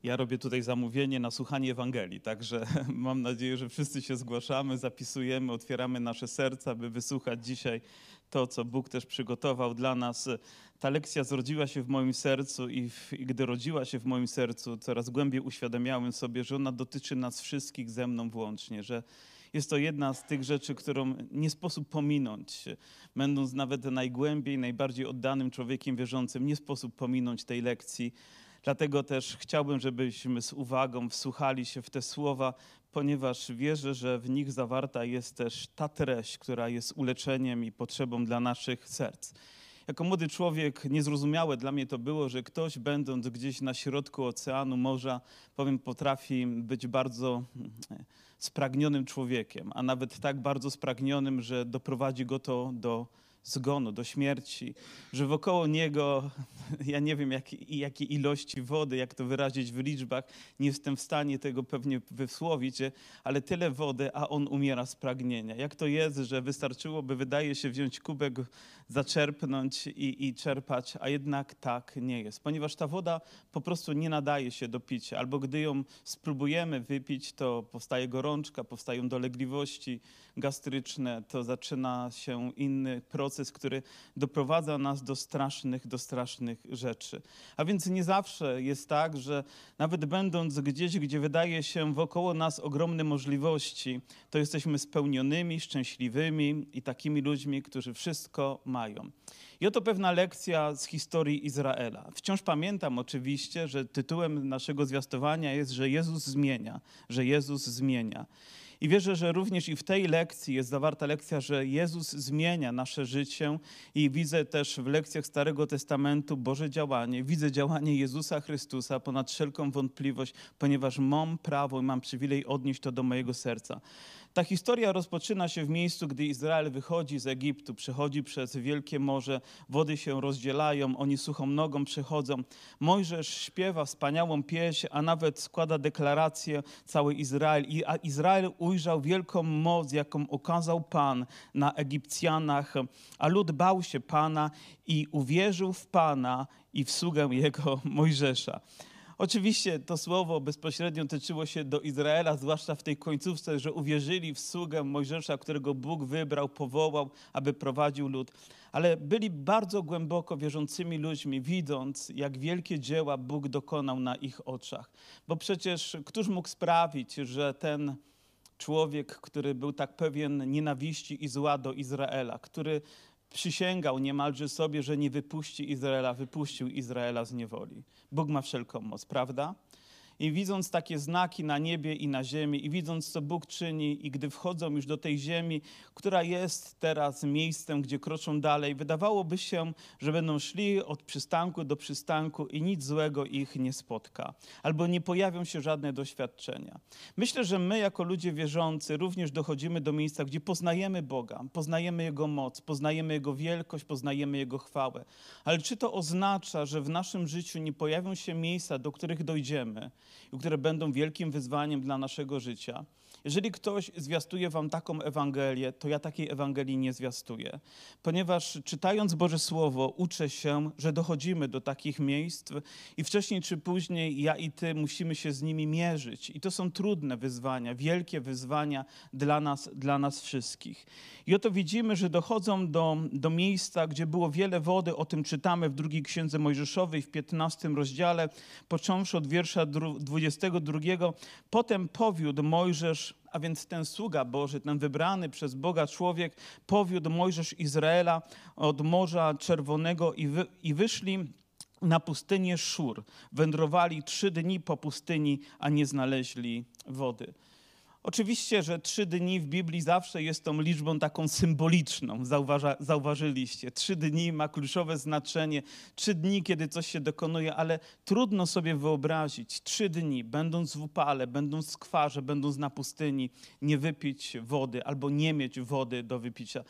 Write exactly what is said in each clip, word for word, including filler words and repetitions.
Ja robię tutaj zamówienie na słuchanie Ewangelii, także mam nadzieję, że wszyscy się zgłaszamy, zapisujemy, otwieramy nasze serca, by wysłuchać dzisiaj to, co Bóg też przygotował dla nas. Ta lekcja zrodziła się w moim sercu i, w, i gdy rodziła się w moim sercu, coraz głębiej uświadamiałem sobie, że ona dotyczy nas wszystkich, ze mną włącznie, że jest to jedna z tych rzeczy, którą nie sposób pominąć. Będąc nawet najgłębiej, najbardziej oddanym człowiekiem wierzącym, nie sposób pominąć tej lekcji. Dlatego też chciałbym, żebyśmy z uwagą wsłuchali się w te słowa, ponieważ wierzę, że w nich zawarta jest też ta treść, która jest uleczeniem i potrzebą dla naszych serc. Jako młody człowiek niezrozumiałe dla mnie to było, że ktoś będąc gdzieś na środku oceanu, morza, powiem, potrafi być bardzo spragnionym człowiekiem, a nawet tak bardzo spragnionym, że doprowadzi go to do zgonu, do śmierci, że wokoło niego, ja nie wiem jak, jakiej ilości wody, jak to wyrazić w liczbach, nie jestem w stanie tego pewnie wysłowić, ale tyle wody, a on umiera z pragnienia. Jak to jest, że wystarczyłoby, wydaje się, wziąć kubek, zaczerpnąć i, i czerpać, a jednak tak nie jest, ponieważ ta woda po prostu nie nadaje się do picia, albo gdy ją spróbujemy wypić, to powstaje gorączka, powstają dolegliwości gastryczne, to zaczyna się inny proces, który doprowadza nas do strasznych, do strasznych rzeczy. A więc nie zawsze jest tak, że nawet będąc gdzieś, gdzie wydaje się wokoło nas ogromne możliwości, to jesteśmy spełnionymi, szczęśliwymi i takimi ludźmi, którzy wszystko mają. I oto pewna lekcja z historii Izraela. Wciąż pamiętam oczywiście, że tytułem naszego zwiastowania jest, że Jezus zmienia, że Jezus zmienia. I wierzę, że również i w tej lekcji jest zawarta lekcja, że Jezus zmienia nasze życie i widzę też w lekcjach Starego Testamentu Boże działanie. Widzę działanie Jezusa Chrystusa ponad wszelką wątpliwość, ponieważ mam prawo i mam przywilej odnieść to do mojego serca. Ta historia rozpoczyna się w miejscu, gdy Izrael wychodzi z Egiptu, przechodzi przez Wielkie Morze, wody się rozdzielają, oni suchą nogą przechodzą. Mojżesz śpiewa wspaniałą pieśń, a nawet składa deklarację cały Izrael. I a Izrael ujrzał wielką moc, jaką okazał Pan na Egipcjanach, a lud bał się Pana i uwierzył w Pana i w sługę Jego Mojżesza. Oczywiście to słowo bezpośrednio tyczyło się do Izraela, zwłaszcza w tej końcówce, że uwierzyli w sługę Mojżesza, którego Bóg wybrał, powołał, aby prowadził lud. Ale byli bardzo głęboko wierzącymi ludźmi, widząc, jak wielkie dzieła Bóg dokonał na ich oczach. Bo przecież któż mógł sprawić, że ten człowiek, który był tak pełen nienawiści i zła do Izraela, który przysięgał niemalże sobie, że nie wypuści Izraela, wypuścił Izraela z niewoli. Bóg ma wszelką moc, prawda? I widząc takie znaki na niebie i na ziemi, i widząc, co Bóg czyni, i gdy wchodzą już do tej ziemi, która jest teraz miejscem, gdzie kroczą dalej, wydawałoby się, że będą szli od przystanku do przystanku i nic złego ich nie spotka, albo nie pojawią się żadne doświadczenia. Myślę, że my jako ludzie wierzący również dochodzimy do miejsca, gdzie poznajemy Boga, poznajemy Jego moc, poznajemy Jego wielkość, poznajemy Jego chwałę. Ale czy to oznacza, że w naszym życiu nie pojawią się miejsca, do których dojdziemy, które będą wielkim wyzwaniem dla naszego życia? Jeżeli ktoś zwiastuje wam taką Ewangelię, to ja takiej Ewangelii nie zwiastuję. Ponieważ czytając Boże Słowo uczę się, że dochodzimy do takich miejsc i wcześniej czy później ja i ty musimy się z nimi mierzyć. I to są trudne wyzwania, wielkie wyzwania dla nas, dla nas wszystkich. I oto widzimy, że dochodzą do, do miejsca, gdzie było wiele wody. O tym czytamy w drugiej Księdze Mojżeszowej w piętnastym rozdziale, począwszy od wiersza dwudziestego drugiego. Potem powiódł Mojżesz, a więc ten sługa Boży, ten wybrany przez Boga człowiek, powiódł Mojżesz Izraela od Morza Czerwonego i, wy, i wyszli na pustynię Szur. Wędrowali trzy dni po pustyni, a nie znaleźli wody. Oczywiście, że trzy dni w Biblii zawsze jest tą liczbą taką symboliczną, zauważa, zauważyliście. Trzy dni ma kluczowe znaczenie, trzy dni, kiedy coś się dokonuje, ale trudno sobie wyobrazić trzy dni, będąc w upale, będąc w skwarze, będąc na pustyni, nie wypić wody albo nie mieć wody do wypicia.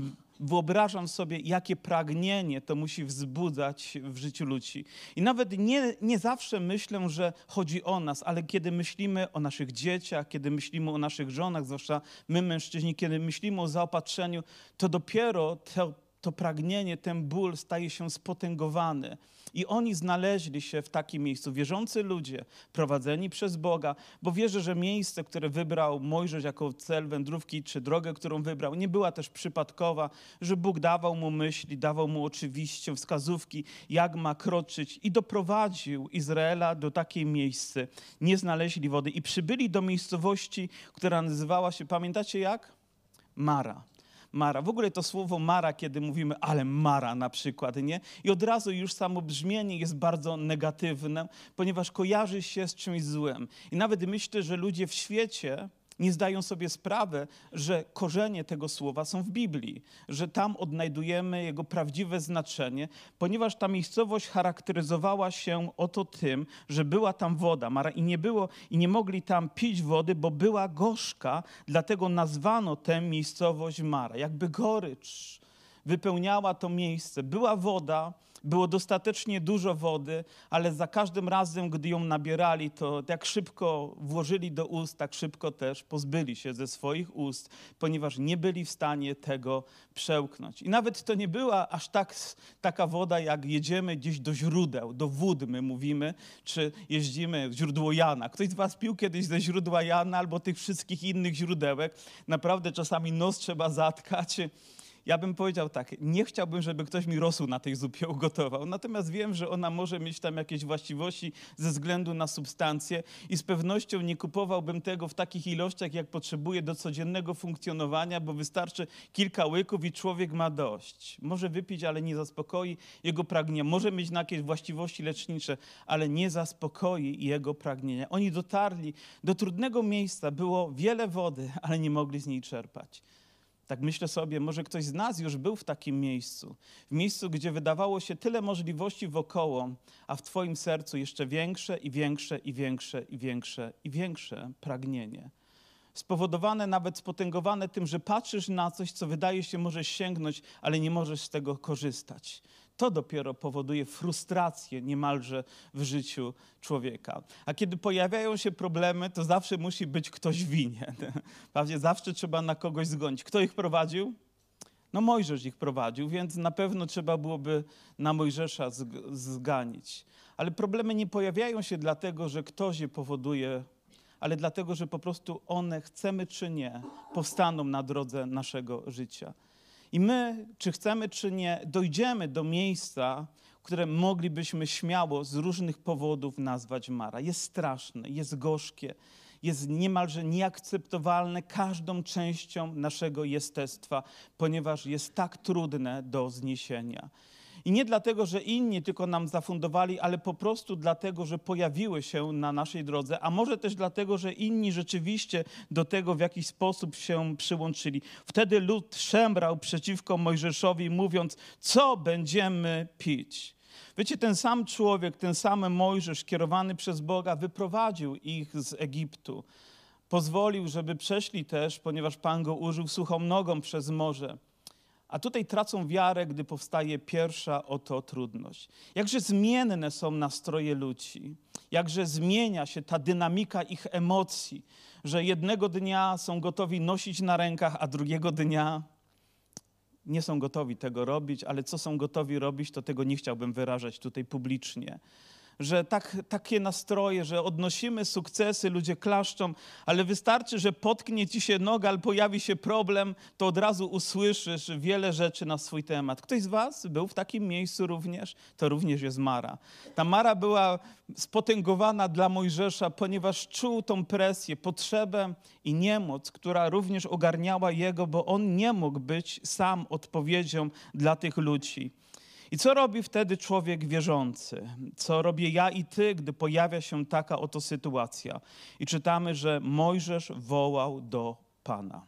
Wyobrażam sobie, jakie pragnienie to musi wzbudzać w życiu ludzi. I nawet nie, nie zawsze myślę, że chodzi o nas, ale kiedy myślimy o naszych dzieciach, kiedy myślimy o naszych żonach, zwłaszcza my mężczyźni, kiedy myślimy o zaopatrzeniu, to dopiero to, to pragnienie, ten ból staje się spotęgowany. I oni znaleźli się w takim miejscu. Wierzący ludzie, prowadzeni przez Boga, bo wierzę, że miejsce, które wybrał Mojżesz jako cel wędrówki, czy drogę, którą wybrał, nie była też przypadkowa, że Bóg dawał mu myśli, dawał mu oczywiście wskazówki, jak ma kroczyć i doprowadził Izraela do takiej miejsca. Nie znaleźli wody i przybyli do miejscowości, która nazywała się, pamiętacie jak? Mara. Mara. W ogóle to słowo Mara, kiedy mówimy, ale Mara na przykład, nie? I od razu już samo brzmienie jest bardzo negatywne, ponieważ kojarzy się z czymś złym. I nawet myślę, że ludzie w świecie nie zdają sobie sprawy, że korzenie tego słowa są w Biblii, że tam odnajdujemy jego prawdziwe znaczenie, ponieważ ta miejscowość charakteryzowała się oto tym, że była tam woda, Mara, i nie było, i nie mogli tam pić wody, bo była gorzka, dlatego nazwano tę miejscowość Mara. Jakby gorycz wypełniała to miejsce. Była woda, było dostatecznie dużo wody, ale za każdym razem, gdy ją nabierali, to jak szybko włożyli do ust, tak szybko też pozbyli się ze swoich ust, ponieważ nie byli w stanie tego przełknąć. I nawet to nie była aż tak, taka woda, jak jedziemy gdzieś do źródeł, do wód my mówimy, czy jeździmy, źródło Jana. Ktoś z was pił kiedyś ze źródła Jana albo tych wszystkich innych źródełek. Naprawdę czasami nos trzeba zatkać. Ja bym powiedział tak, nie chciałbym, żeby ktoś mi rosół na tej zupie ugotował, natomiast wiem, że ona może mieć tam jakieś właściwości ze względu na substancje i z pewnością nie kupowałbym tego w takich ilościach, jak potrzebuję do codziennego funkcjonowania, bo wystarczy kilka łyków i człowiek ma dość. Może wypić, ale nie zaspokoi jego pragnienia. Może mieć na jakieś właściwości lecznicze, ale nie zaspokoi jego pragnienia. Oni dotarli do trudnego miejsca, było wiele wody, ale nie mogli z niej czerpać. Tak myślę sobie, może ktoś z nas już był w takim miejscu, w miejscu, gdzie wydawało się tyle możliwości wokoło, a w twoim sercu jeszcze większe i większe i większe i większe i większe pragnienie. Spowodowane, nawet spotęgowane tym, że patrzysz na coś, co wydaje się możesz sięgnąć, ale nie możesz z tego korzystać. To dopiero powoduje frustrację niemalże w życiu człowieka. A kiedy pojawiają się problemy, to zawsze musi być ktoś winien. Prawda? Zawsze trzeba na kogoś zgonić. Kto ich prowadził? No Mojżesz ich prowadził, więc na pewno trzeba byłoby na Mojżesza zganić. Ale problemy nie pojawiają się dlatego, że ktoś je powoduje, ale dlatego, że po prostu one, chcemy czy nie, powstaną na drodze naszego życia. I my, czy chcemy, czy nie, dojdziemy do miejsca, które moglibyśmy śmiało z różnych powodów nazwać Mara. Jest straszne, jest gorzkie, jest niemalże nieakceptowalne każdą częścią naszego jestestwa, ponieważ jest tak trudne do zniesienia. I nie dlatego, że inni tylko nam zafundowali, ale po prostu dlatego, że pojawiły się na naszej drodze, a może też dlatego, że inni rzeczywiście do tego w jakiś sposób się przyłączyli. Wtedy lud szemrał przeciwko Mojżeszowi, mówiąc, co będziemy pić? Wiecie, ten sam człowiek, ten sam Mojżesz kierowany przez Boga wyprowadził ich z Egiptu. Pozwolił, żeby przeszli też, ponieważ Pan go użył suchą nogą przez morze. A tutaj tracą wiarę, gdy powstaje pierwsza oto trudność. Jakże zmienne są nastroje ludzi, jakże zmienia się ta dynamika ich emocji, że jednego dnia są gotowi nosić na rękach, a drugiego dnia nie są gotowi tego robić, ale co są gotowi robić, to tego nie chciałbym wyrażać tutaj publicznie. Że tak, takie nastroje, że odnosimy sukcesy, ludzie klaszczą, ale wystarczy, że potknie ci się noga, albo pojawi się problem, to od razu usłyszysz wiele rzeczy na swój temat. Ktoś z was był w takim miejscu również? To również jest Mara. Ta Mara była spotęgowana dla Mojżesza, ponieważ czuł tą presję, potrzebę i niemoc, która również ogarniała jego, bo on nie mógł być sam odpowiedzią dla tych ludzi. I co robi wtedy człowiek wierzący? Co robię ja i ty, gdy pojawia się taka oto sytuacja? I czytamy, że Mojżesz wołał do Pana.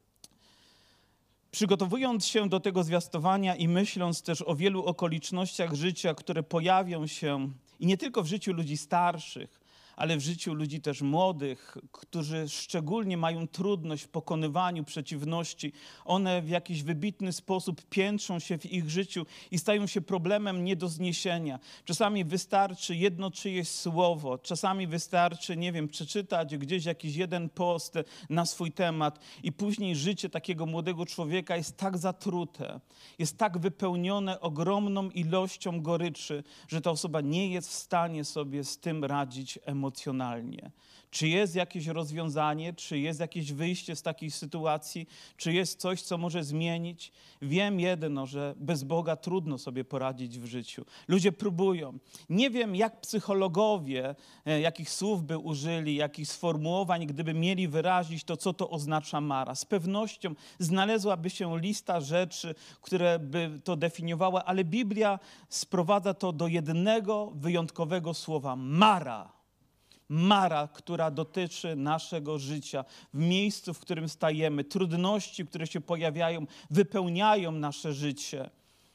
Przygotowując się do tego zwiastowania i myśląc też o wielu okolicznościach życia, które pojawią się i nie tylko w życiu ludzi starszych, ale w życiu ludzi też młodych, którzy szczególnie mają trudność w pokonywaniu przeciwności. One w jakiś wybitny sposób piętrzą się w ich życiu i stają się problemem nie do zniesienia. Czasami wystarczy jedno czyjeś słowo, czasami wystarczy, nie wiem, przeczytać gdzieś jakiś jeden post na swój temat i później życie takiego młodego człowieka jest tak zatrute, jest tak wypełnione ogromną ilością goryczy, że ta osoba nie jest w stanie sobie z tym radzić emocjonalnie. Czy jest jakieś rozwiązanie, czy jest jakieś wyjście z takiej sytuacji, czy jest coś, co może zmienić? Wiem jedno, że bez Boga trudno sobie poradzić w życiu. Ludzie próbują. Nie wiem, jak psychologowie, jakich słów by użyli, jakich sformułowań, gdyby mieli wyrazić to, co to oznacza mara. Z pewnością znalazłaby się lista rzeczy, które by to definiowały, ale Biblia sprowadza to do jednego wyjątkowego słowa – mara. Mara, która dotyczy naszego życia, w miejscu, w którym stajemy, trudności, które się pojawiają, wypełniają nasze życie.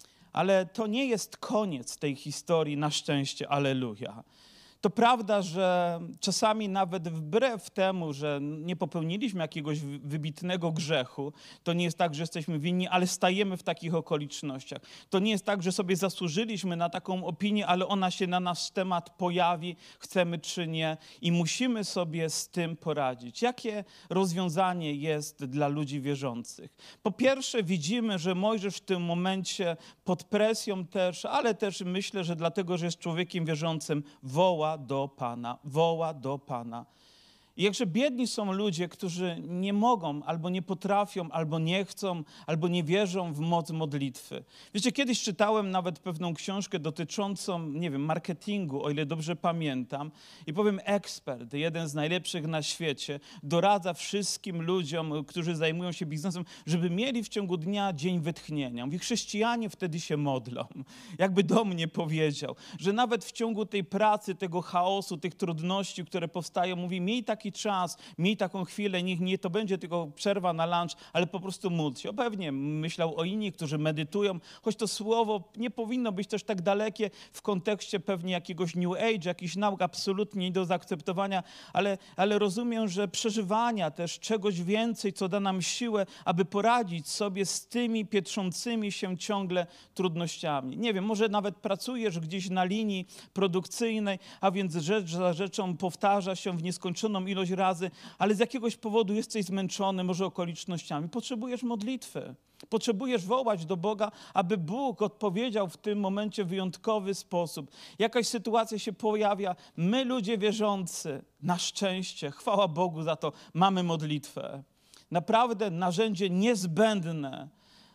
Ale to nie jest koniec tej historii, na szczęście, alleluja. To prawda, że czasami nawet wbrew temu, że nie popełniliśmy jakiegoś wybitnego grzechu, to nie jest tak, że jesteśmy winni, ale stajemy w takich okolicznościach. To nie jest tak, że sobie zasłużyliśmy na taką opinię, ale ona się na nasz temat pojawi, chcemy czy nie i musimy sobie z tym poradzić. Jakie rozwiązanie jest dla ludzi wierzących? Po pierwsze widzimy, że Mojżesz w tym momencie pod presją też, ale też myślę, że dlatego, że jest człowiekiem wierzącym, woła do Pana, woła do Pana. I jakże biedni są ludzie, którzy nie mogą, albo nie potrafią, albo nie chcą, albo nie wierzą w moc modlitwy. Wiecie, kiedyś czytałem nawet pewną książkę dotyczącą, nie wiem, marketingu, o ile dobrze pamiętam. I powiem, ekspert, jeden z najlepszych na świecie, doradza wszystkim ludziom, którzy zajmują się biznesem, żeby mieli w ciągu dnia dzień wytchnienia. Mówi, chrześcijanie wtedy się modlą. Jakby do mnie powiedział, że nawet w ciągu tej pracy, tego chaosu, tych trudności, które powstają, mówi, miej taki czas, miej taką chwilę, niech nie to będzie tylko przerwa na lunch, ale po prostu módl się. O, pewnie myślał o inni, którzy medytują, choć to słowo nie powinno być też tak dalekie w kontekście pewnie jakiegoś New Age, jakichś nauk absolutnie nie do zaakceptowania, ale, ale rozumiem, że przeżywania też czegoś więcej, co da nam siłę, aby poradzić sobie z tymi pietrzącymi się ciągle trudnościami. Nie wiem, może nawet pracujesz gdzieś na linii produkcyjnej, a więc rzecz za rzeczą powtarza się w nieskończoną ilość razy, ale z jakiegoś powodu jesteś zmęczony, może okolicznościami. Potrzebujesz modlitwy. Potrzebujesz wołać do Boga, aby Bóg odpowiedział w tym momencie w wyjątkowy sposób. Jakaś sytuacja się pojawia. My, ludzie wierzący, na szczęście, chwała Bogu za to, mamy modlitwę. Naprawdę narzędzie niezbędne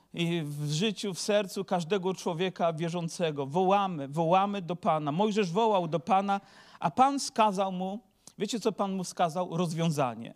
i w życiu, w sercu każdego człowieka wierzącego. Wołamy, wołamy do Pana. Mojżesz wołał do Pana, a Pan skazał mu, wiecie co Pan mu wskazał? Rozwiązanie.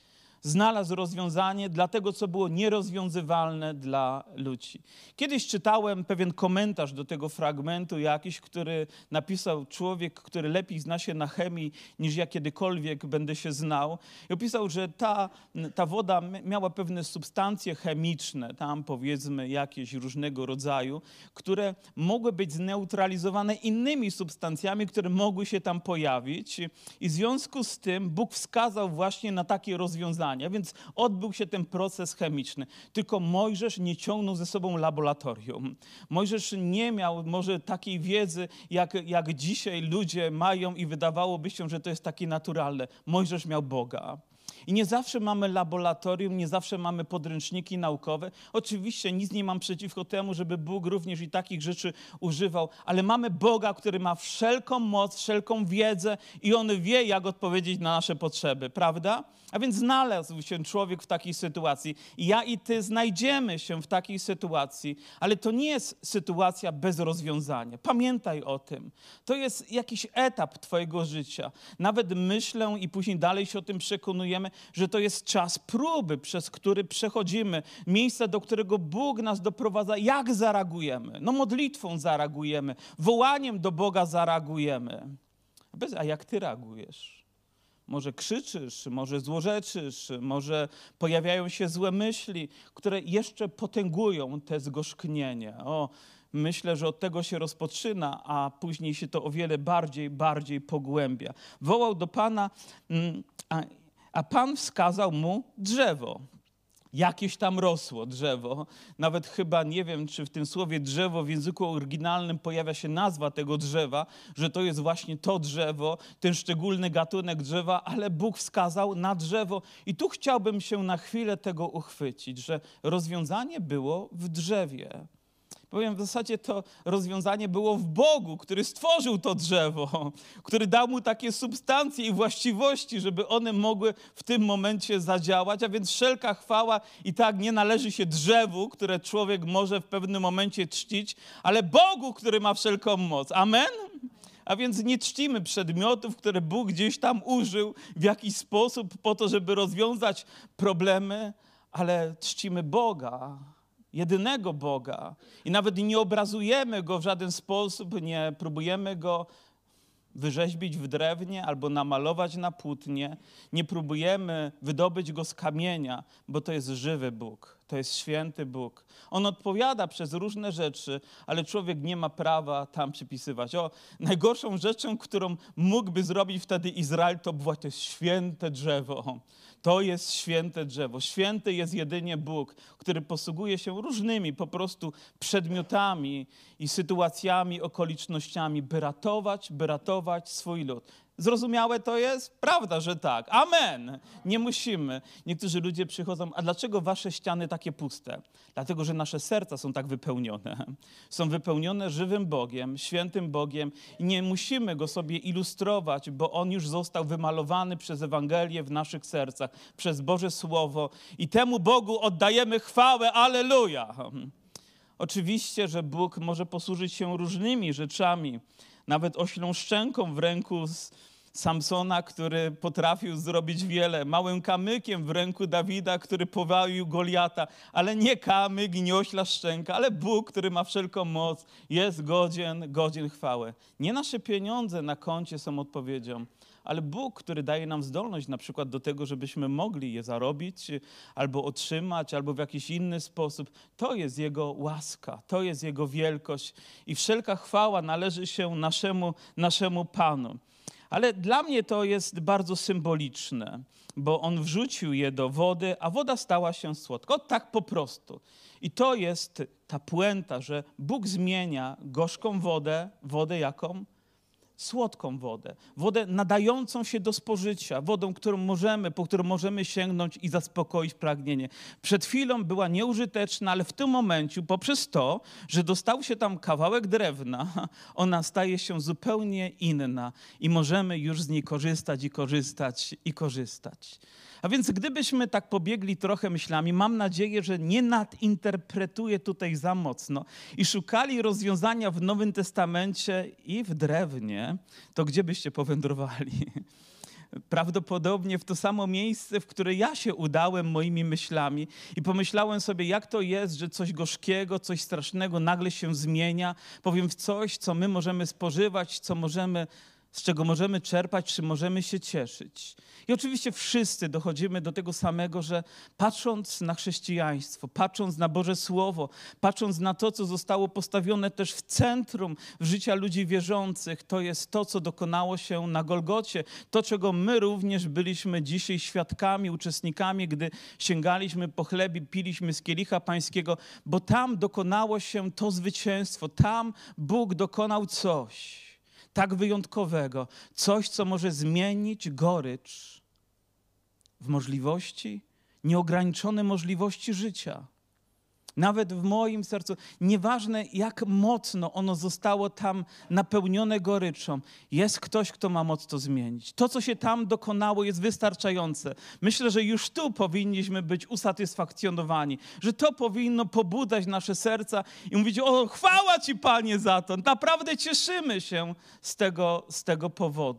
Znalazł rozwiązanie dla tego, co było nierozwiązywalne dla ludzi. Kiedyś czytałem pewien komentarz do tego fragmentu jakiś, który napisał człowiek, który lepiej zna się na chemii niż ja kiedykolwiek będę się znał. I opisał, że ta, ta woda miała pewne substancje chemiczne, tam powiedzmy jakieś różnego rodzaju, które mogły być zneutralizowane innymi substancjami, które mogły się tam pojawić. I w związku z tym Bóg wskazał właśnie na takie rozwiązanie. A więc odbył się ten proces chemiczny. Tylko Mojżesz nie ciągnął ze sobą laboratorium. Mojżesz nie miał może takiej wiedzy, jak, jak dzisiaj ludzie mają i wydawałoby się, że to jest takie naturalne. Mojżesz miał Boga. I nie zawsze mamy laboratorium, nie zawsze mamy podręczniki naukowe. Oczywiście nic nie mam przeciwko temu, żeby Bóg również i takich rzeczy używał, ale mamy Boga, który ma wszelką moc, wszelką wiedzę i On wie, jak odpowiedzieć na nasze potrzeby, prawda? A więc znalazł się człowiek w takiej sytuacji. I ja i ty znajdziemy się w takiej sytuacji, ale to nie jest sytuacja bez rozwiązania. Pamiętaj o tym. To jest jakiś etap twojego życia. Nawet myślę i później dalej się o tym przekonujemy, że to jest czas próby, przez który przechodzimy. Miejsce, do którego Bóg nas doprowadza. Jak zareagujemy? No modlitwą zareagujemy. Wołaniem do Boga zareagujemy. A jak ty reagujesz? Może krzyczysz, może złorzeczysz, może pojawiają się złe myśli, które jeszcze potęgują te zgorzknienie. O, myślę, że od tego się rozpoczyna, a później się to o wiele bardziej, bardziej pogłębia. Wołał do Pana, a, a Pan wskazał mu drzewo. Jakieś tam rosło drzewo. Nawet chyba nie wiem, czy w tym słowie drzewo w języku oryginalnym pojawia się nazwa tego drzewa, że to jest właśnie to drzewo, ten szczególny gatunek drzewa, ale Bóg wskazał na drzewo. I tu chciałbym się na chwilę tego uchwycić, że rozwiązanie było w drzewie. Powiem, w zasadzie to rozwiązanie było w Bogu, który stworzył to drzewo, który dał mu takie substancje i właściwości, żeby one mogły w tym momencie zadziałać, a więc wszelka chwała i tak nie należy się drzewu, które człowiek może w pewnym momencie czcić, ale Bogu, który ma wszelką moc. Amen? A więc nie czcimy przedmiotów, które Bóg gdzieś tam użył w jakiś sposób po to, żeby rozwiązać problemy, ale czcimy Boga, jedynego Boga. I nawet nie obrazujemy Go w żaden sposób, nie próbujemy Go wyrzeźbić w drewnie albo namalować na płótnie. Nie próbujemy wydobyć Go z kamienia, bo to jest żywy Bóg, to jest święty Bóg. On odpowiada przez różne rzeczy, ale człowiek nie ma prawa tam przypisywać. O, najgorszą rzeczą, którą mógłby zrobić wtedy Izrael, to było to jest święte drzewo. To jest święte drzewo. Święty jest jedynie Bóg, który posługuje się różnymi po prostu przedmiotami i sytuacjami, okolicznościami, by ratować, by ratować swój lud. Zrozumiałe to jest? Prawda, że tak. Amen. Nie musimy. Niektórzy ludzie przychodzą, a dlaczego wasze ściany takie puste? Dlatego, że nasze serca są tak wypełnione. Są wypełnione żywym Bogiem, świętym Bogiem i nie musimy Go sobie ilustrować, bo On już został wymalowany przez Ewangelię w naszych sercach, przez Boże Słowo i temu Bogu oddajemy chwałę. Alleluja. Oczywiście, że Bóg może posłużyć się różnymi rzeczami, nawet oślą szczęką w ręku z Samsona, który potrafił zrobić wiele, małym kamykiem w ręku Dawida, który powalił Goliata, ale nie kamyk i nie ośla szczęka, ale Bóg, który ma wszelką moc, jest godzien, godzien chwały. Nie nasze pieniądze na koncie są odpowiedzią, ale Bóg, który daje nam zdolność na przykład do tego, żebyśmy mogli je zarobić, albo otrzymać, albo w jakiś inny sposób. To jest Jego łaska, to jest Jego wielkość i wszelka chwała należy się naszemu, naszemu Panu. Ale dla mnie to jest bardzo symboliczne, bo On wrzucił je do wody, a woda stała się słodka. O tak po prostu. I to jest ta puenta, że Bóg zmienia gorzką wodę, wodę jaką? Słodką wodę, wodę nadającą się do spożycia, wodą, którą możemy, po którą możemy sięgnąć i zaspokoić pragnienie. Przed chwilą była nieużyteczna, ale w tym momencie, poprzez to, że dostał się tam kawałek drewna, ona staje się zupełnie inna i możemy już z niej korzystać i korzystać i korzystać. A więc gdybyśmy tak pobiegli trochę myślami, mam nadzieję, że nie nadinterpretuję tutaj za mocno i szukali rozwiązania w Nowym Testamencie i w drewnie, to gdzie byście powędrowali? Prawdopodobnie w to samo miejsce, w które ja się udałem moimi myślami i pomyślałem sobie, jak to jest, że coś gorzkiego, coś strasznego nagle się zmienia, powiem w coś, co my możemy spożywać, co możemy, z czego możemy czerpać, czy możemy się cieszyć. I oczywiście wszyscy dochodzimy do tego samego, że patrząc na chrześcijaństwo, patrząc na Boże Słowo, patrząc na to, co zostało postawione też w centrum życia ludzi wierzących, to jest to, co dokonało się na Golgocie. To, czego my również byliśmy dzisiaj świadkami, uczestnikami, gdy sięgaliśmy po chleb i piliśmy z kielicha pańskiego, bo tam dokonało się to zwycięstwo. Tam Bóg dokonał coś tak wyjątkowego, coś, co może zmienić gorycz w możliwości, nieograniczone możliwości życia. Nawet w moim sercu, nieważne jak mocno ono zostało tam napełnione goryczą, jest ktoś, kto ma moc to zmienić. To, co się tam dokonało, jest wystarczające. Myślę, że już tu powinniśmy być usatysfakcjonowani, że to powinno pobudzać nasze serca i mówić: o, chwała Ci, Panie, za to. Naprawdę cieszymy się z tego, z tego powodu.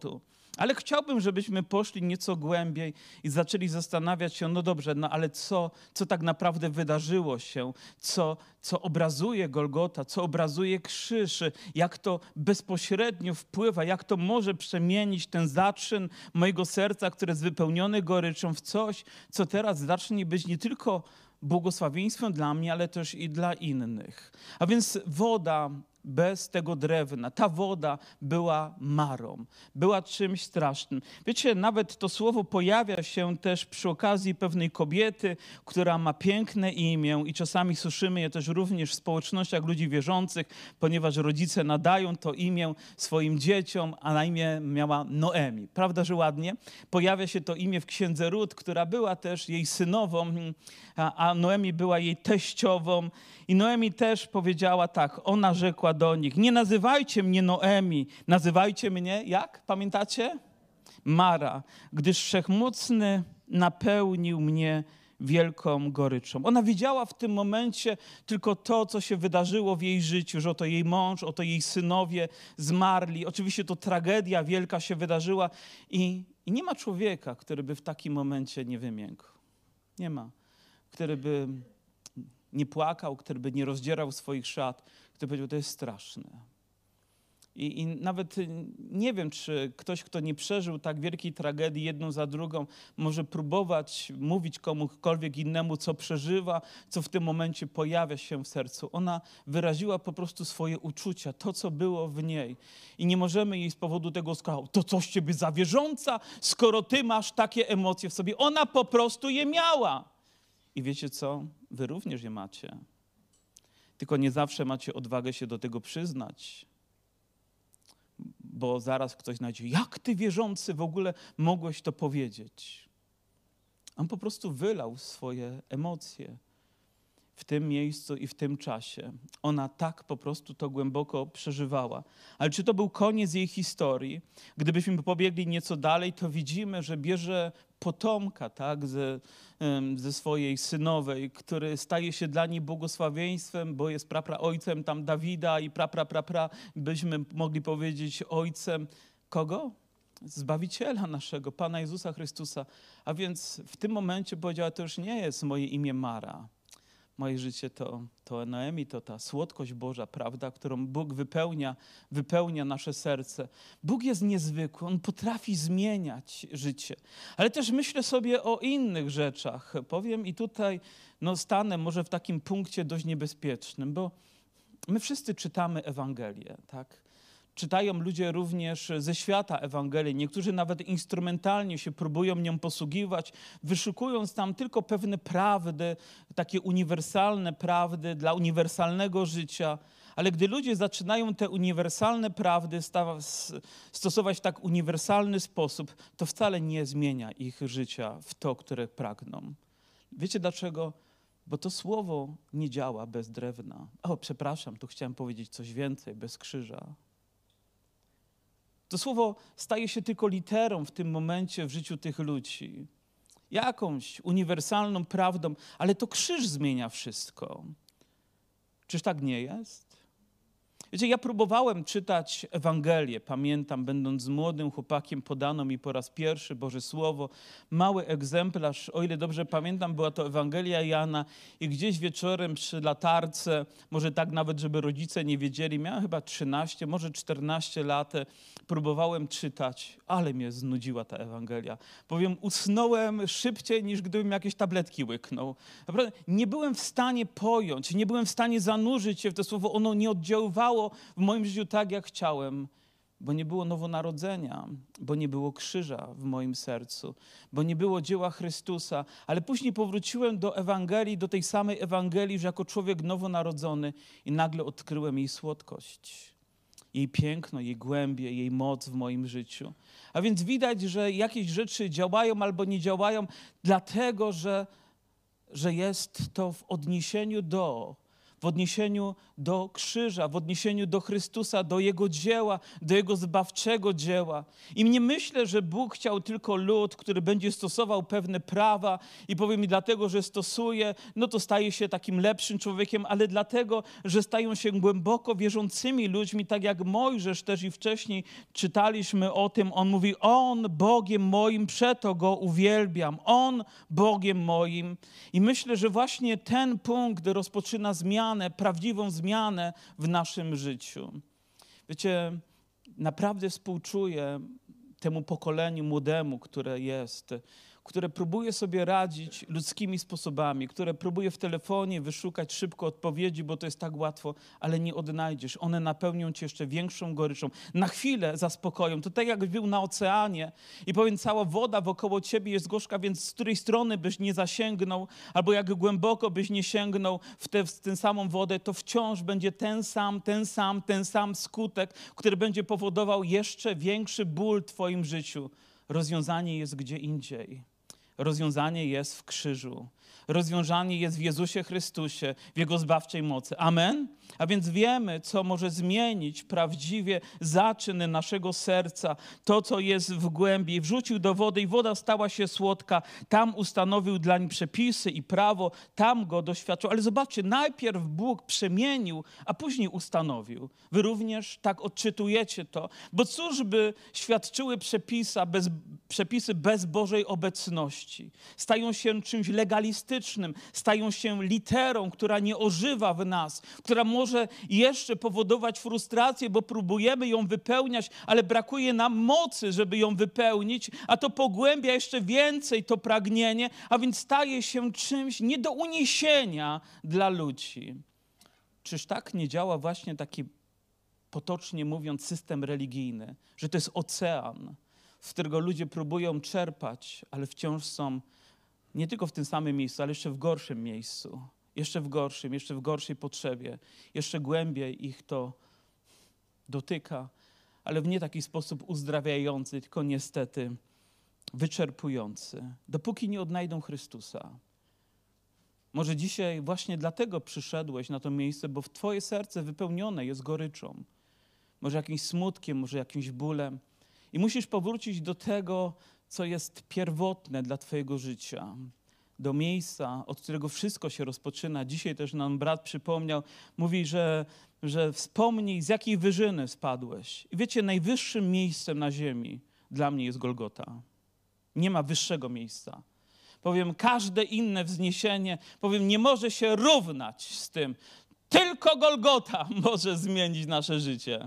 Ale chciałbym, żebyśmy poszli nieco głębiej i zaczęli zastanawiać się, no dobrze, no ale co, co tak naprawdę wydarzyło się, co, co obrazuje Golgota, co obrazuje krzyż, jak to bezpośrednio wpływa, jak to może przemienić ten zaczyn mojego serca, które jest wypełnione goryczą, w coś, co teraz zacznie być nie tylko błogosławieństwem dla mnie, ale też i dla innych. A więc woda bez tego drewna, ta woda była marą, była czymś strasznym. Wiecie, nawet to słowo pojawia się też przy okazji pewnej kobiety, która ma piękne imię i czasami słyszymy je też również w społecznościach ludzi wierzących, ponieważ rodzice nadają to imię swoim dzieciom, a na imię miała Noemi. Prawda, że ładnie? Pojawia się to imię w księdze Rut, która była też jej synową, a Noemi była jej teściową. I Noemi też powiedziała tak, ona rzekła do nich, nie nazywajcie mnie Noemi, nazywajcie mnie, jak? Pamiętacie? Mara, gdyż Wszechmocny napełnił mnie wielką goryczą. Ona widziała w tym momencie tylko to, co się wydarzyło w jej życiu, że oto jej mąż, oto jej synowie zmarli. Oczywiście to tragedia wielka się wydarzyła i, i nie ma człowieka, który by w takim momencie nie wymiękł. Nie ma. Który by nie płakał, który by nie rozdzierał swoich szat, który powiedział, to jest straszne. I, I nawet nie wiem, czy ktoś, kto nie przeżył tak wielkiej tragedii jedną za drugą, może próbować mówić komukolwiek innemu, co przeżywa, co w tym momencie pojawia się w sercu. Ona wyraziła po prostu swoje uczucia, to, co było w niej. I nie możemy jej z powodu tego сказać, to coś ciebie za wierząca, skoro ty masz takie emocje w sobie. Ona po prostu je miała. I wiecie co? Wy również je macie. Tylko nie zawsze macie odwagę się do tego przyznać. Bo zaraz ktoś znajdzie, jak ty wierzący w ogóle mogłeś to powiedzieć? On po prostu wylał swoje emocje w tym miejscu i w tym czasie. Ona tak po prostu to głęboko przeżywała. Ale czy to był koniec jej historii? Gdybyśmy pobiegli nieco dalej, to widzimy, że bierze potomka, tak, ze, ze swojej synowej, który staje się dla niej błogosławieństwem, bo jest prapra ojcem tam Dawida i prapra, prapra, byśmy mogli powiedzieć ojcem kogo? Zbawiciela naszego, Pana Jezusa Chrystusa. A więc w tym momencie powiedziała, to już nie jest moje imię Mara. Moje życie to, to Noemi, to ta słodkość Boża, prawda, którą Bóg wypełnia, wypełnia nasze serce. Bóg jest niezwykły, On potrafi zmieniać życie. Ale też myślę sobie o innych rzeczach. Powiem i tutaj no, stanę może w takim punkcie dość niebezpiecznym, bo my wszyscy czytamy Ewangelię, tak? Czytają ludzie również ze świata Ewangelię. Niektórzy nawet instrumentalnie się próbują nią posługiwać, wyszukując tam tylko pewne prawdy, takie uniwersalne prawdy dla uniwersalnego życia. Ale gdy ludzie zaczynają te uniwersalne prawdy stosować w tak uniwersalny sposób, to wcale nie zmienia ich życia w to, które pragną. Wiecie dlaczego? Bo to słowo nie działa bez drewna. O, przepraszam, tu chciałem powiedzieć coś więcej, bez krzyża. To słowo staje się tylko literą w tym momencie w życiu tych ludzi. Jakąś uniwersalną prawdą, ale to krzyż zmienia wszystko. Czyż tak nie jest? Wiecie, ja próbowałem czytać Ewangelię. Pamiętam, będąc młodym chłopakiem, podano mi po raz pierwszy Boże Słowo. Mały egzemplarz, o ile dobrze pamiętam, była to Ewangelia Jana i gdzieś wieczorem przy latarce, może tak nawet, żeby rodzice nie wiedzieli, miałem chyba trzynaście, może czternaście lat, próbowałem czytać, ale mnie znudziła ta Ewangelia. Powiem, usnąłem szybciej, niż gdybym jakieś tabletki łyknął. Naprawdę nie byłem w stanie pojąć, nie byłem w stanie zanurzyć się w to słowo, ono nie oddziaływało w moim życiu tak, jak chciałem, bo nie było nowonarodzenia, bo nie było krzyża w moim sercu, bo nie było dzieła Chrystusa. Ale później powróciłem do Ewangelii, do tej samej Ewangelii, że jako człowiek nowonarodzony i nagle odkryłem jej słodkość, jej piękno, jej głębię, jej moc w moim życiu. A więc widać, że jakieś rzeczy działają albo nie działają, dlatego że, że jest to w odniesieniu do w odniesieniu do krzyża, w odniesieniu do Chrystusa, do Jego dzieła, do Jego zbawczego dzieła. I nie myślę, że Bóg chciał tylko lud, który będzie stosował pewne prawa i powie mi, dlatego, że stosuje, no to staje się takim lepszym człowiekiem, ale dlatego, że stają się głęboko wierzącymi ludźmi, tak jak Mojżesz też i wcześniej czytaliśmy o tym. On mówi, on Bogiem moim, przeto Go uwielbiam. On Bogiem moim. I myślę, że właśnie ten punkt rozpoczyna zmianę, prawdziwą zmianę w naszym życiu. Wiecie, naprawdę współczuję temu pokoleniu młodemu, które jest, które próbuje sobie radzić ludzkimi sposobami, które próbuje w telefonie wyszukać szybko odpowiedzi, bo to jest tak łatwo, ale nie odnajdziesz. One napełnią cię jeszcze większą goryczą. Na chwilę zaspokoją. To tak jakbyś był na oceanie i powiem, cała woda wokoło ciebie jest gorzka, więc z której strony byś nie zasięgnął, albo jak głęboko byś nie sięgnął w tę, w tę samą wodę, to wciąż będzie ten sam, ten sam, ten sam skutek, który będzie powodował jeszcze większy ból w twoim życiu. Rozwiązanie jest gdzie indziej. Rozwiązanie jest w krzyżu. Rozwiązanie jest w Jezusie Chrystusie, w Jego zbawczej mocy. Amen? A więc wiemy, co może zmienić prawdziwie zaczyny naszego serca, to, co jest w głębi. Wrzucił do wody i woda stała się słodka. Tam ustanowił dlań przepisy i prawo, tam go doświadczył. Ale zobaczcie, najpierw Bóg przemienił, a później ustanowił. Wy również tak odczytujecie to. Bo cóż by świadczyły przepisa bez, przepisy bez Bożej obecności? Stają się czymś legalistycznym, stają się literą, która nie ożywa w nas, która może jeszcze powodować frustrację, bo próbujemy ją wypełniać, ale brakuje nam mocy, żeby ją wypełnić, a to pogłębia jeszcze więcej to pragnienie, a więc staje się czymś nie do uniesienia dla ludzi. Czyż tak nie działa właśnie taki, potocznie mówiąc, system religijny, że to jest ocean, z którego ludzie próbują czerpać, ale wciąż są nie tylko w tym samym miejscu, ale jeszcze w gorszym miejscu. Jeszcze w gorszym, jeszcze w gorszej potrzebie. Jeszcze głębiej ich to dotyka, ale w nie taki sposób uzdrawiający, tylko niestety wyczerpujący. Dopóki nie odnajdą Chrystusa. Może dzisiaj właśnie dlatego przyszedłeś na to miejsce, bo w twoje serce wypełnione jest goryczą. Może jakimś smutkiem, może jakimś bólem. I musisz powrócić do tego, co jest pierwotne dla twojego życia. Do miejsca, od którego wszystko się rozpoczyna. Dzisiaj też nam brat przypomniał, mówi, że, że wspomnij, z jakiej wyżyny spadłeś. I wiecie, najwyższym miejscem na ziemi dla mnie jest Golgota. Nie ma wyższego miejsca. Powiem, każde inne wzniesienie, powiem, nie może się równać z tym. Tylko Golgota może zmienić nasze życie.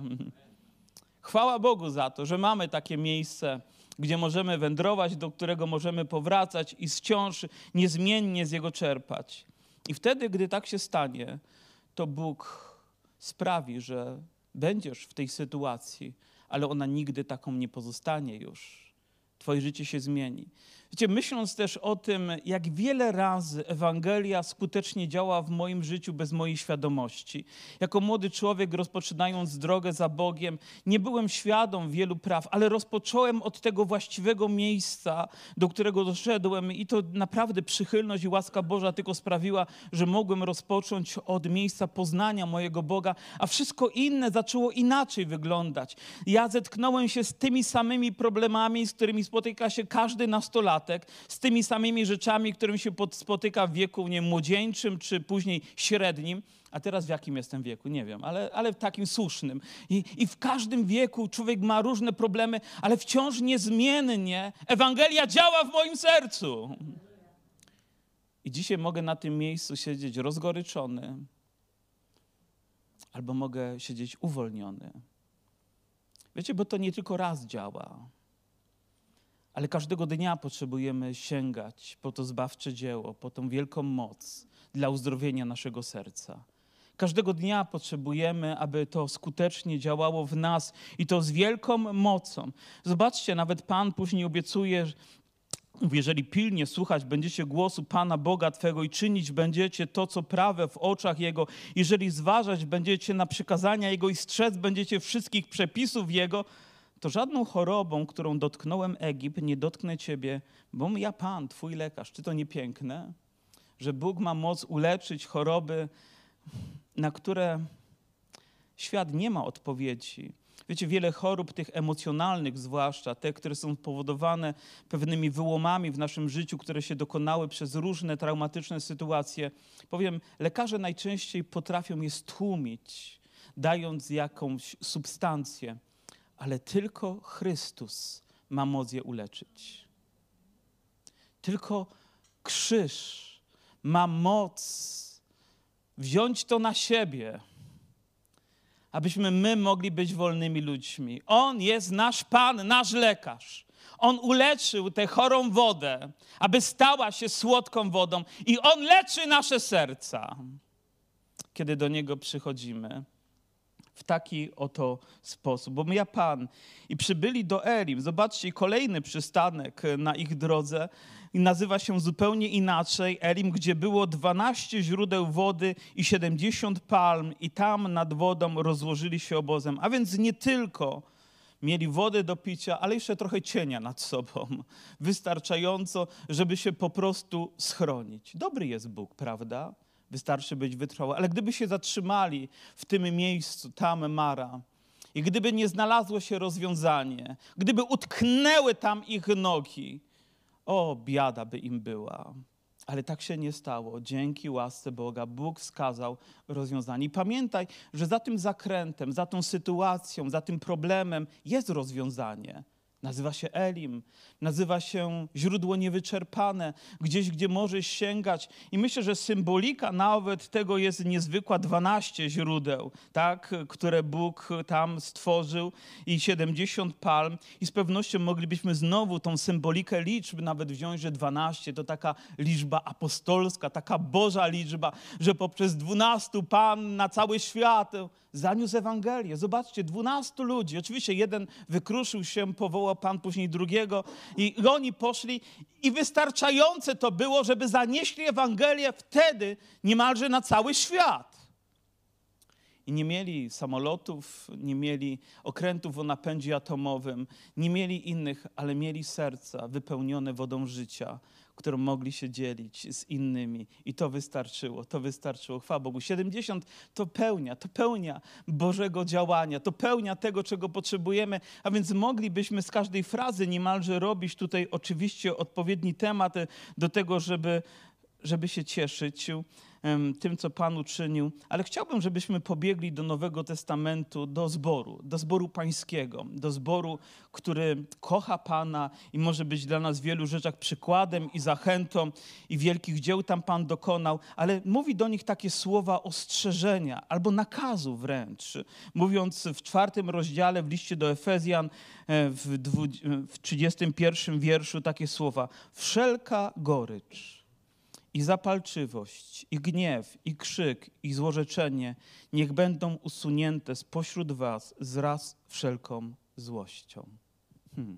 Chwała Bogu za to, że mamy takie miejsce, gdzie możemy wędrować, do którego możemy powracać i wciąż niezmiennie z Jego czerpać. I wtedy, gdy tak się stanie, to Bóg sprawi, że będziesz w tej sytuacji, ale ona nigdy taką nie pozostanie już. Twoje życie się zmieni. Wiecie, myśląc też o tym, jak wiele razy Ewangelia skutecznie działa w moim życiu bez mojej świadomości. Jako młody człowiek, rozpoczynając drogę za Bogiem, nie byłem świadom wielu praw, ale rozpocząłem od tego właściwego miejsca, do którego doszedłem i to naprawdę przychylność i łaska Boża tylko sprawiła, że mogłem rozpocząć od miejsca poznania mojego Boga, a wszystko inne zaczęło inaczej wyglądać. Ja zetknąłem się z tymi samymi problemami, z którymi spotyka się każdy nastolatek, z tymi samymi rzeczami, którym się spotyka w wieku nie, młodzieńczym, czy później średnim. A teraz w jakim jestem wieku? Nie wiem, ale, ale w takim słusznym. I, I w każdym wieku człowiek ma różne problemy, ale wciąż niezmiennie Ewangelia działa w moim sercu. I dzisiaj mogę na tym miejscu siedzieć rozgoryczony, albo mogę siedzieć uwolniony. Wiecie, bo to nie tylko raz działa. Ale każdego dnia potrzebujemy sięgać po to zbawcze dzieło, po tą wielką moc dla uzdrowienia naszego serca. Każdego dnia potrzebujemy, aby to skutecznie działało w nas i to z wielką mocą. Zobaczcie, nawet Pan później obiecuje, jeżeli pilnie słuchać będziecie głosu Pana Boga Twego i czynić będziecie to, co prawe w oczach Jego, jeżeli zważać będziecie na przykazania Jego i strzec będziecie wszystkich przepisów Jego, to żadną chorobą, którą dotknąłem Egipt, nie dotknę ciebie, bo ja Pan, Twój lekarz. Czy to nie piękne? Że Bóg ma moc uleczyć choroby na które świat nie ma odpowiedzi. Wiecie, wiele chorób tych emocjonalnych, zwłaszcza te, które są powodowane pewnymi wyłomami w naszym życiu, które się dokonały przez różne traumatyczne sytuacje. Powiem, lekarze najczęściej potrafią je stłumić, dając jakąś substancję, ale tylko Chrystus ma moc je uleczyć. Tylko krzyż ma moc wziąć to na siebie, abyśmy my mogli być wolnymi ludźmi. On jest nasz Pan, nasz lekarz. On uleczył tę chorą wodę, aby stała się słodką wodą i On leczy nasze serca, kiedy do Niego przychodzimy. W taki oto sposób. Bo ja Pan i przybyli do Elim. Zobaczcie, kolejny przystanek na ich drodze i nazywa się zupełnie inaczej. Elim, gdzie było dwanaście źródeł wody i siedemdziesiąt palm i tam nad wodą rozłożyli się obozem. A więc nie tylko mieli wodę do picia, ale jeszcze trochę cienia nad sobą. Wystarczająco, żeby się po prostu schronić. Dobry jest Bóg, prawda? Wystarczy być wytrwały. Ale gdyby się zatrzymali w tym miejscu, tam Mara, i gdyby nie znalazło się rozwiązanie, gdyby utknęły tam ich nogi, o, biada by im była. Ale tak się nie stało. Dzięki łasce Boga Bóg wskazał rozwiązanie. I pamiętaj, że za tym zakrętem, za tą sytuacją, za tym problemem jest rozwiązanie. Nazywa się Elim, nazywa się źródło niewyczerpane, gdzieś, gdzie możesz sięgać. I myślę, że symbolika nawet tego jest niezwykła, dwanaście źródeł, tak, które Bóg tam stworzył i siedemdziesiąt palm. I z pewnością moglibyśmy znowu tą symbolikę liczb nawet wziąć, że dwanaście to taka liczba apostolska, taka Boża liczba, że poprzez dwunastu Pan na cały świat zaniósł Ewangelię. Zobaczcie, dwunastu ludzi. Oczywiście jeden wykruszył się, powołał Pan później drugiego i oni poszli i wystarczające to było, żeby zanieśli Ewangelię wtedy niemalże na cały świat. I nie mieli samolotów, nie mieli okrętów o napędzie atomowym, nie mieli innych, ale mieli serca wypełnione wodą życia, którą mogli się dzielić z innymi. I to wystarczyło, to wystarczyło. Chwała Bogu. siedemdziesiąt to pełnia, to pełnia Bożego działania, to pełnia tego, czego potrzebujemy. A więc moglibyśmy z każdej frazy niemalże robić tutaj oczywiście odpowiedni temat do tego, żeby, żeby się cieszyć tym, co Pan uczynił. Ale chciałbym, żebyśmy pobiegli do Nowego Testamentu, do zboru, do zboru pańskiego, do zboru, który kocha Pana i może być dla nas w wielu rzeczach przykładem i zachętą i wielkich dzieł tam Pan dokonał, ale mówi do nich takie słowa ostrzeżenia albo nakazu wręcz. Mówiąc w czwartym rozdziale w liście do Efezjan w, dwu, w trzydziestym pierwszym wierszu takie słowa: wszelka gorycz i zapalczywość, i gniew, i krzyk, i złorzeczenie niech będą usunięte spośród was wraz wszelką złością. Hmm.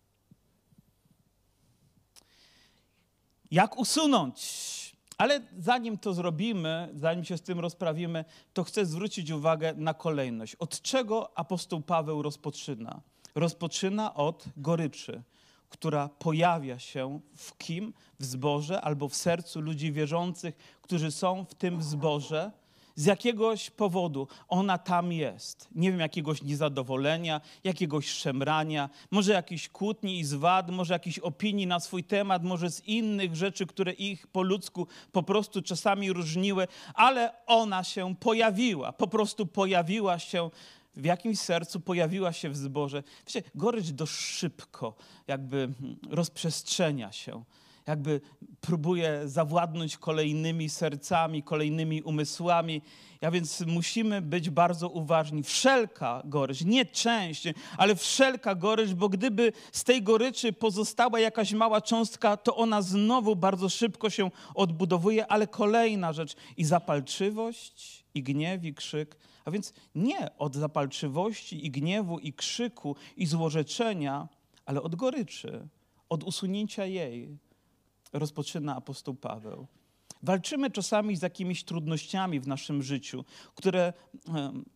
Jak usunąć? Ale zanim to zrobimy, zanim się z tym rozprawimy, to chcę zwrócić uwagę na kolejność. Od czego apostoł Paweł rozpoczyna? Rozpoczyna od goryczy, która pojawia się w kim? W zborze albo w sercu ludzi wierzących, którzy są w tym zborze. Z jakiegoś powodu ona tam jest. Nie wiem, jakiegoś niezadowolenia, jakiegoś szemrania, może jakiejś kłótni i zwad, może jakiejś opinii na swój temat, może z innych rzeczy, które ich po ludzku po prostu czasami różniły, ale ona się pojawiła, po prostu pojawiła się w jakimś sercu, pojawiła się w zborze. Wiecie, gorycz dość szybko jakby rozprzestrzenia się, jakby próbuje zawładnąć kolejnymi sercami, kolejnymi umysłami. A więc musimy być bardzo uważni. Wszelka gorycz, nie część, ale wszelka gorycz, bo gdyby z tej goryczy pozostała jakaś mała cząstka, to ona znowu bardzo szybko się odbudowuje. Ale kolejna rzecz, i zapalczywość, i gniew, i krzyk. A więc nie od zapalczywości, i gniewu, i krzyku, i złorzeczenia, ale od goryczy, od usunięcia jej rozpoczyna apostoł Paweł. Walczymy czasami z jakimiś trudnościami w naszym życiu, które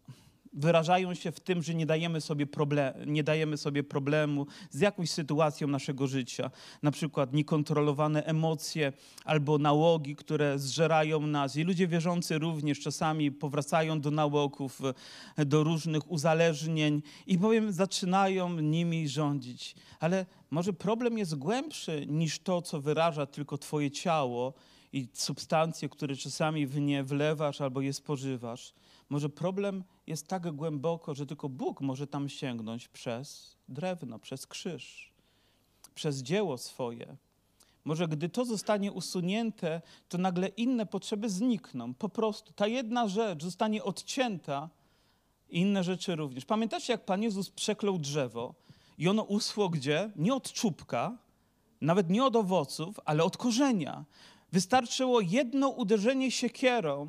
wyrażają się w tym, że nie dajemy sobie, problem, nie dajemy sobie problemu z jakąś sytuacją naszego życia. Na przykład niekontrolowane emocje albo nałogi, które zżerają nas. I ludzie wierzący również czasami powracają do nałogów, do różnych uzależnień i bowiem zaczynają nimi rządzić. Ale może problem jest głębszy niż to, co wyraża tylko twoje ciało i substancje, które czasami w nie wlewasz albo je spożywasz. Może problem jest tak głęboko, że tylko Bóg może tam sięgnąć przez drewno, przez krzyż, przez dzieło swoje. Może gdy to zostanie usunięte, to nagle inne potrzeby znikną. Po prostu ta jedna rzecz zostanie odcięta i inne rzeczy również. Pamiętacie, jak Pan Jezus przeklął drzewo i ono uschło gdzie? Nie od czubka, nawet nie od owoców, ale od korzenia. Wystarczyło jedno uderzenie siekierą,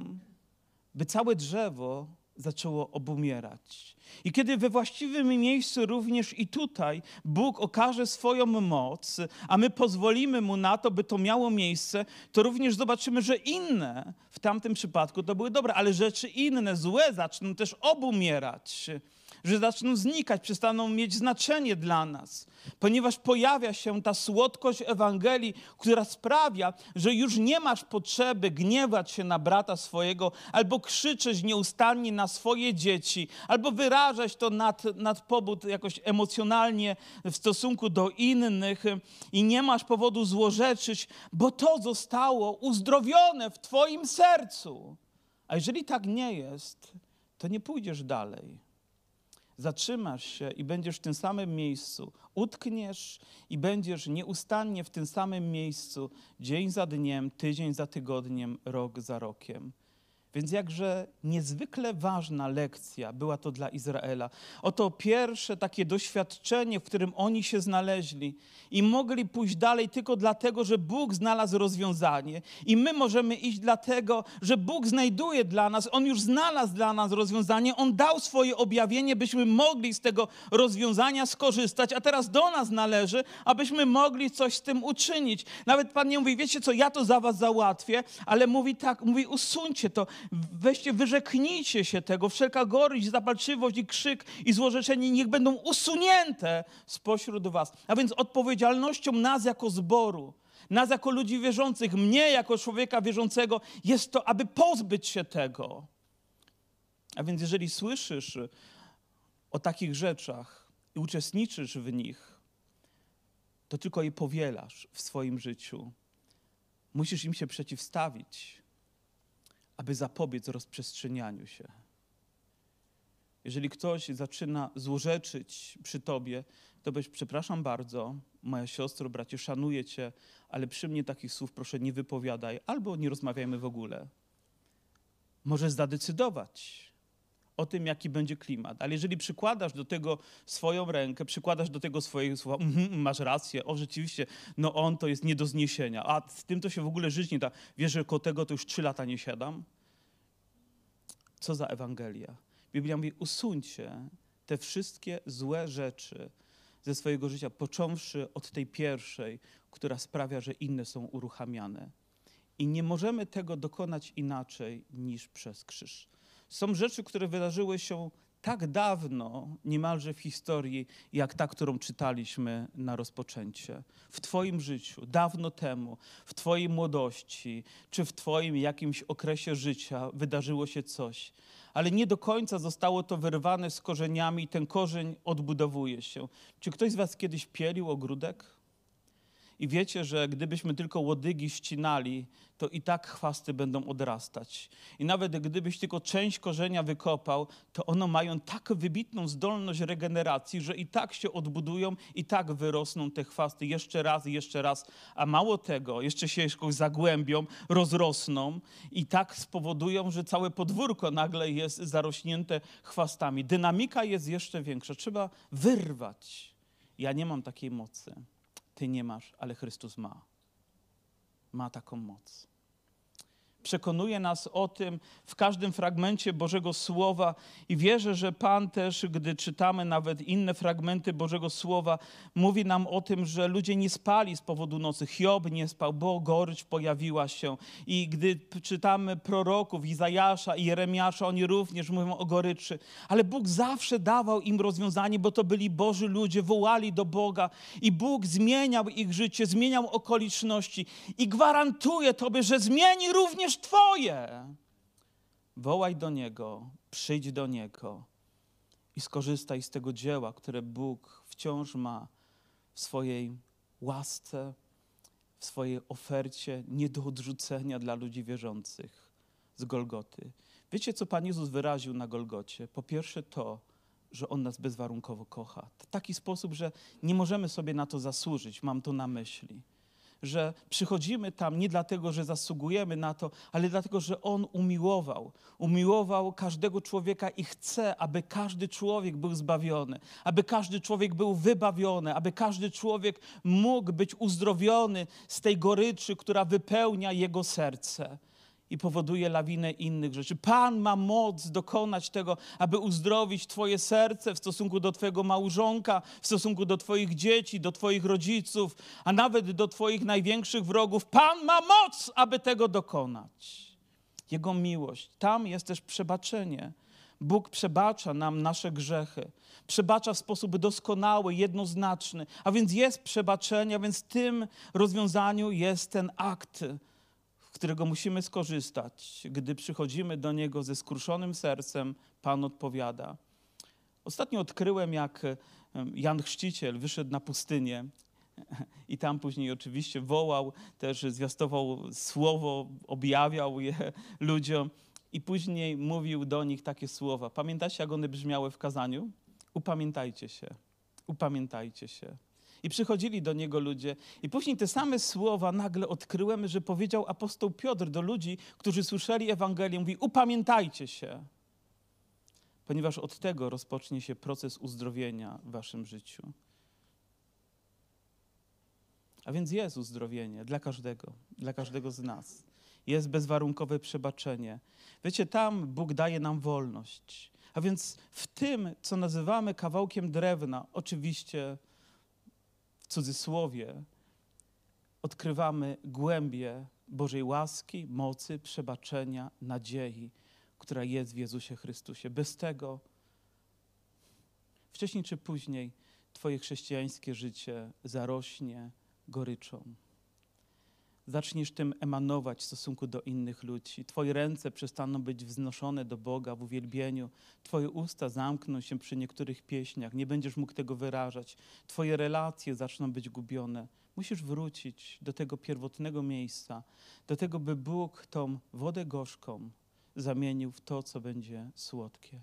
by całe drzewo zaczęło obumierać. I kiedy we właściwym miejscu również i tutaj Bóg okaże swoją moc, a my pozwolimy Mu na to, by to miało miejsce, to również zobaczymy, że inne w tamtym przypadku to były dobre, ale rzeczy inne, złe zaczną też obumierać, że zaczną znikać, przestaną mieć znaczenie dla nas, ponieważ pojawia się ta słodkość Ewangelii, która sprawia, że już nie masz potrzeby gniewać się na brata swojego, albo krzyczeć nieustannie na swoje dzieci, albo wyrażać to nad, nad pobud jakoś emocjonalnie w stosunku do innych i nie masz powodu złorzeczyć, bo to zostało uzdrowione w twoim sercu. A jeżeli tak nie jest, to nie pójdziesz dalej. Zatrzymasz się i będziesz w tym samym miejscu. Utkniesz i będziesz nieustannie w tym samym miejscu, dzień za dniem, tydzień za tygodniem, rok za rokiem. Więc jakże niezwykle ważna lekcja była to dla Izraela. Oto pierwsze takie doświadczenie, w którym oni się znaleźli i mogli pójść dalej tylko dlatego, że Bóg znalazł rozwiązanie. I my możemy iść dlatego, że Bóg znajduje dla nas, On już znalazł dla nas rozwiązanie, On dał swoje objawienie, byśmy mogli z tego rozwiązania skorzystać, a teraz do nas należy, abyśmy mogli coś z tym uczynić. Nawet Pan nie mówi, wiecie co, ja to za was załatwię, ale mówi tak, mówi usuńcie to, weźcie, wyrzeknijcie się tego, wszelka gorycz, zapalczywość i krzyk i złorzeczenie niech będą usunięte spośród was. A więc odpowiedzialnością nas jako zboru, nas jako ludzi wierzących, mnie jako człowieka wierzącego jest to, aby pozbyć się tego. A więc jeżeli słyszysz o takich rzeczach i uczestniczysz w nich, to tylko je powielasz w swoim życiu. Musisz im się przeciwstawić, aby zapobiec rozprzestrzenianiu się. Jeżeli ktoś zaczyna złorzeczyć przy tobie, to powiedz, przepraszam bardzo, moja siostro, bracie, szanuję cię, ale przy mnie takich słów proszę nie wypowiadaj, albo nie rozmawiajmy w ogóle. Możesz zadecydować o tym, jaki będzie klimat, ale jeżeli przykładasz do tego swoją rękę, przykładasz do tego swoje słowa, mm, masz rację, o rzeczywiście, no on to jest nie do zniesienia, a z tym to się w ogóle żyć nie da. Wiesz, że koło tego to już trzy lata nie siadam? Co za Ewangelia? Biblia mówi, usuńcie te wszystkie złe rzeczy ze swojego życia, począwszy od tej pierwszej, która sprawia, że inne są uruchamiane. I nie możemy tego dokonać inaczej niż przez krzyż. Są rzeczy, które wydarzyły się tak dawno, niemalże w historii, jak ta, którą czytaliśmy na rozpoczęcie. W twoim życiu, dawno temu, w twojej młodości, czy w twoim jakimś okresie życia wydarzyło się coś, ale nie do końca zostało to wyrwane z korzeniami i ten korzeń odbudowuje się. Czy ktoś z was kiedyś pielił ogródek? I wiecie, że gdybyśmy tylko łodygi ścinali, to i tak chwasty będą odrastać. I nawet gdybyś tylko część korzenia wykopał, to one mają tak wybitną zdolność regeneracji, że i tak się odbudują, i tak wyrosną te chwasty jeszcze raz i jeszcze raz. A mało tego, jeszcze się jakoś zagłębią, rozrosną i tak spowodują, że całe podwórko nagle jest zarośnięte chwastami. Dynamika jest jeszcze większa. Trzeba wyrwać. Ja nie mam takiej mocy. Ty nie masz, ale Chrystus ma. Ma taką moc. przekonuje nas o tym w każdym fragmencie Bożego Słowa i wierzę, że Pan też, gdy czytamy nawet inne fragmenty Bożego Słowa, mówi nam o tym, że ludzie nie spali z powodu nocy. Hiob nie spał, bo gorycz pojawiła się. I gdy czytamy proroków Izajasza i Jeremiasza, oni również mówią o goryczy. Ale Bóg zawsze dawał im rozwiązanie, bo to byli Boży ludzie, wołali do Boga i Bóg zmieniał ich życie, zmieniał okoliczności i gwarantuje Tobie, że zmieni również Twoje. Wołaj do Niego, przyjdź do Niego i skorzystaj z tego dzieła, które Bóg wciąż ma w swojej łasce, w swojej ofercie nie do odrzucenia dla ludzi wierzących z Golgoty. Wiecie, co Pan Jezus wyraził na Golgocie? Po pierwsze to, że On nas bezwarunkowo kocha. W taki sposób, że nie możemy sobie na to zasłużyć, mam to na myśli. Że przychodzimy tam nie dlatego, że zasługujemy na to, ale dlatego, że On umiłował. Umiłował każdego człowieka i chce, aby każdy człowiek był zbawiony, aby każdy człowiek był wybawiony, aby każdy człowiek mógł być uzdrowiony z tej goryczy, która wypełnia jego serce i powoduje lawinę innych rzeczy. Pan ma moc dokonać tego, aby uzdrowić Twoje serce w stosunku do Twojego małżonka, w stosunku do Twoich dzieci, do Twoich rodziców, a nawet do Twoich największych wrogów. Pan ma moc, aby tego dokonać. Jego miłość. Tam jest też przebaczenie. Bóg przebacza nam nasze grzechy. Przebacza w sposób doskonały, jednoznaczny. A więc jest przebaczenie, a więc w tym rozwiązaniu jest ten akt, z którego musimy skorzystać. Gdy przychodzimy do Niego ze skruszonym sercem, Pan odpowiada. Ostatnio odkryłem, jak Jan Chrzciciel wyszedł na pustynię i tam później oczywiście wołał, też zwiastował słowo, objawiał je ludziom i później mówił do nich takie słowa. Pamiętacie, jak one brzmiały w kazaniu? Upamiętajcie się, upamiętajcie się. I przychodzili do Niego ludzie. I później te same słowa nagle odkryłem, że powiedział apostoł Piotr do ludzi, którzy słyszeli Ewangelię. Mówi, upamiętajcie się. Ponieważ od tego rozpocznie się proces uzdrowienia w waszym życiu. A więc jest uzdrowienie dla każdego, dla każdego z nas. Jest bezwarunkowe przebaczenie. Wiecie, tam Bóg daje nam wolność. A więc w tym, co nazywamy kawałkiem drewna, oczywiście w cudzysłowie, odkrywamy głębię Bożej łaski, mocy, przebaczenia, nadziei, która jest w Jezusie Chrystusie. Bez tego wcześniej czy później Twoje chrześcijańskie życie zarośnie goryczą. Zaczniesz tym emanować w stosunku do innych ludzi. Twoje ręce przestaną być wznoszone do Boga w uwielbieniu. Twoje usta zamkną się przy niektórych pieśniach. Nie będziesz mógł tego wyrażać. Twoje relacje zaczną być gubione. Musisz wrócić do tego pierwotnego miejsca, do tego, by Bóg tą wodę gorzką zamienił w to, co będzie słodkie.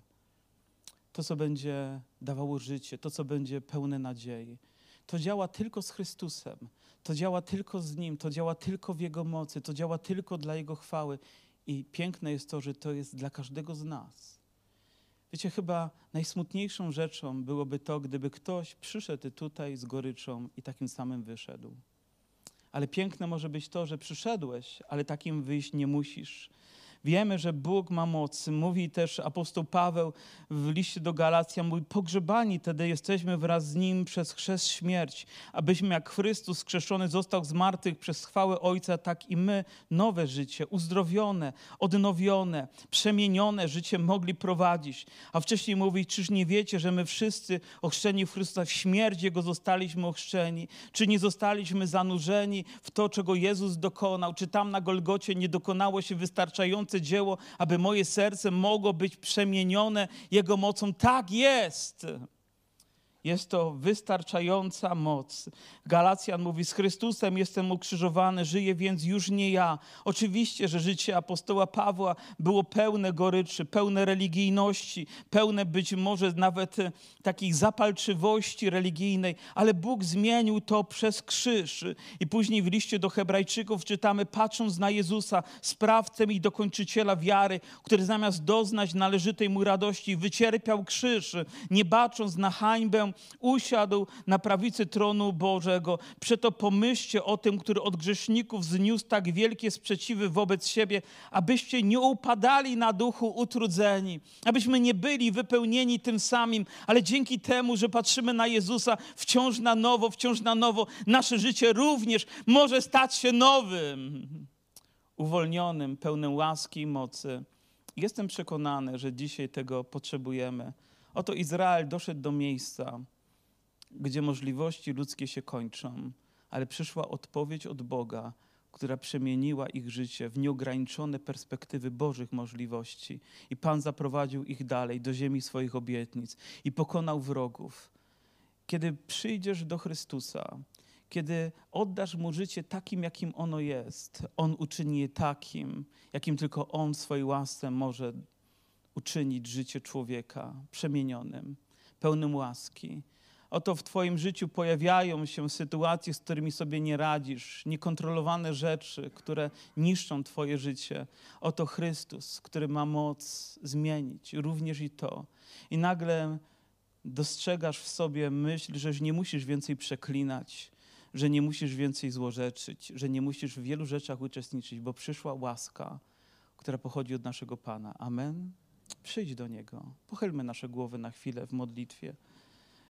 To, co będzie dawało życie, to, co będzie pełne nadziei. To działa tylko z Chrystusem. To działa tylko z Nim, to działa tylko w Jego mocy, to działa tylko dla Jego chwały. I piękne jest to, że to jest dla każdego z nas. Wiecie, chyba najsmutniejszą rzeczą byłoby to, gdyby ktoś przyszedł tutaj z goryczą i takim samym wyszedł. Ale piękne może być to, że przyszedłeś, ale takim wyjść nie musisz. Wiemy, że Bóg ma moc. Mówi też apostoł Paweł w liście do Galacjan, mówi, pogrzebani tedy jesteśmy wraz z Nim przez chrzest śmierć, abyśmy jak Chrystus skrzeszony został z martwych przez chwałę Ojca, tak i my nowe życie, uzdrowione, odnowione, przemienione życie mogli prowadzić. A wcześniej mówi, czyż nie wiecie, że my wszyscy ochrzczeni w Chrystusa w śmierć Jego zostaliśmy ochrzczeni? Czy nie zostaliśmy zanurzeni w to, czego Jezus dokonał? Czy tam na Golgocie nie dokonało się wystarczające dzieło, aby moje serce mogło być przemienione Jego mocą? Tak jest. Jest to wystarczająca moc. Galacjan mówi, z Chrystusem jestem ukrzyżowany, żyję więc już nie ja. Oczywiście, że życie apostoła Pawła było pełne goryczy, pełne religijności, pełne być może nawet takiej zapalczywości religijnej, ale Bóg zmienił to przez krzyż. I później w liście do Hebrajczyków czytamy, patrząc na Jezusa, sprawcę i dokończyciela wiary, który zamiast doznać należytej mu radości wycierpiał krzyż, nie bacząc na hańbę chwilę usiadł na prawicy tronu Bożego. Przeto pomyślcie o tym, który od grzeszników zniósł tak wielkie sprzeciwy wobec siebie, abyście nie upadali na duchu utrudzeni, abyśmy nie byli wypełnieni tym samym, ale dzięki temu, że patrzymy na Jezusa wciąż na nowo, wciąż na nowo, nasze życie również może stać się nowym, uwolnionym, pełnym łaski i mocy. Jestem przekonany, że dzisiaj tego potrzebujemy. Oto Izrael doszedł do miejsca, gdzie możliwości ludzkie się kończą, ale przyszła odpowiedź od Boga, która przemieniła ich życie w nieograniczone perspektywy Bożych możliwości. I Pan zaprowadził ich dalej do ziemi swoich obietnic i pokonał wrogów. Kiedy przyjdziesz do Chrystusa, kiedy oddasz Mu życie takim, jakim ono jest, On uczyni je takim, jakim tylko On w swojej łasce może uczynić życie człowieka przemienionym, pełnym łaski. Oto w Twoim życiu pojawiają się sytuacje, z którymi sobie nie radzisz, niekontrolowane rzeczy, które niszczą Twoje życie. Oto Chrystus, który ma moc zmienić również i to. I nagle dostrzegasz w sobie myśl, że nie musisz więcej przeklinać, że nie musisz więcej złorzeczyć, że nie musisz w wielu rzeczach uczestniczyć, bo przyszła łaska, która pochodzi od naszego Pana. Amen? Przyjdź do Niego. Pochylmy nasze głowy na chwilę w modlitwie.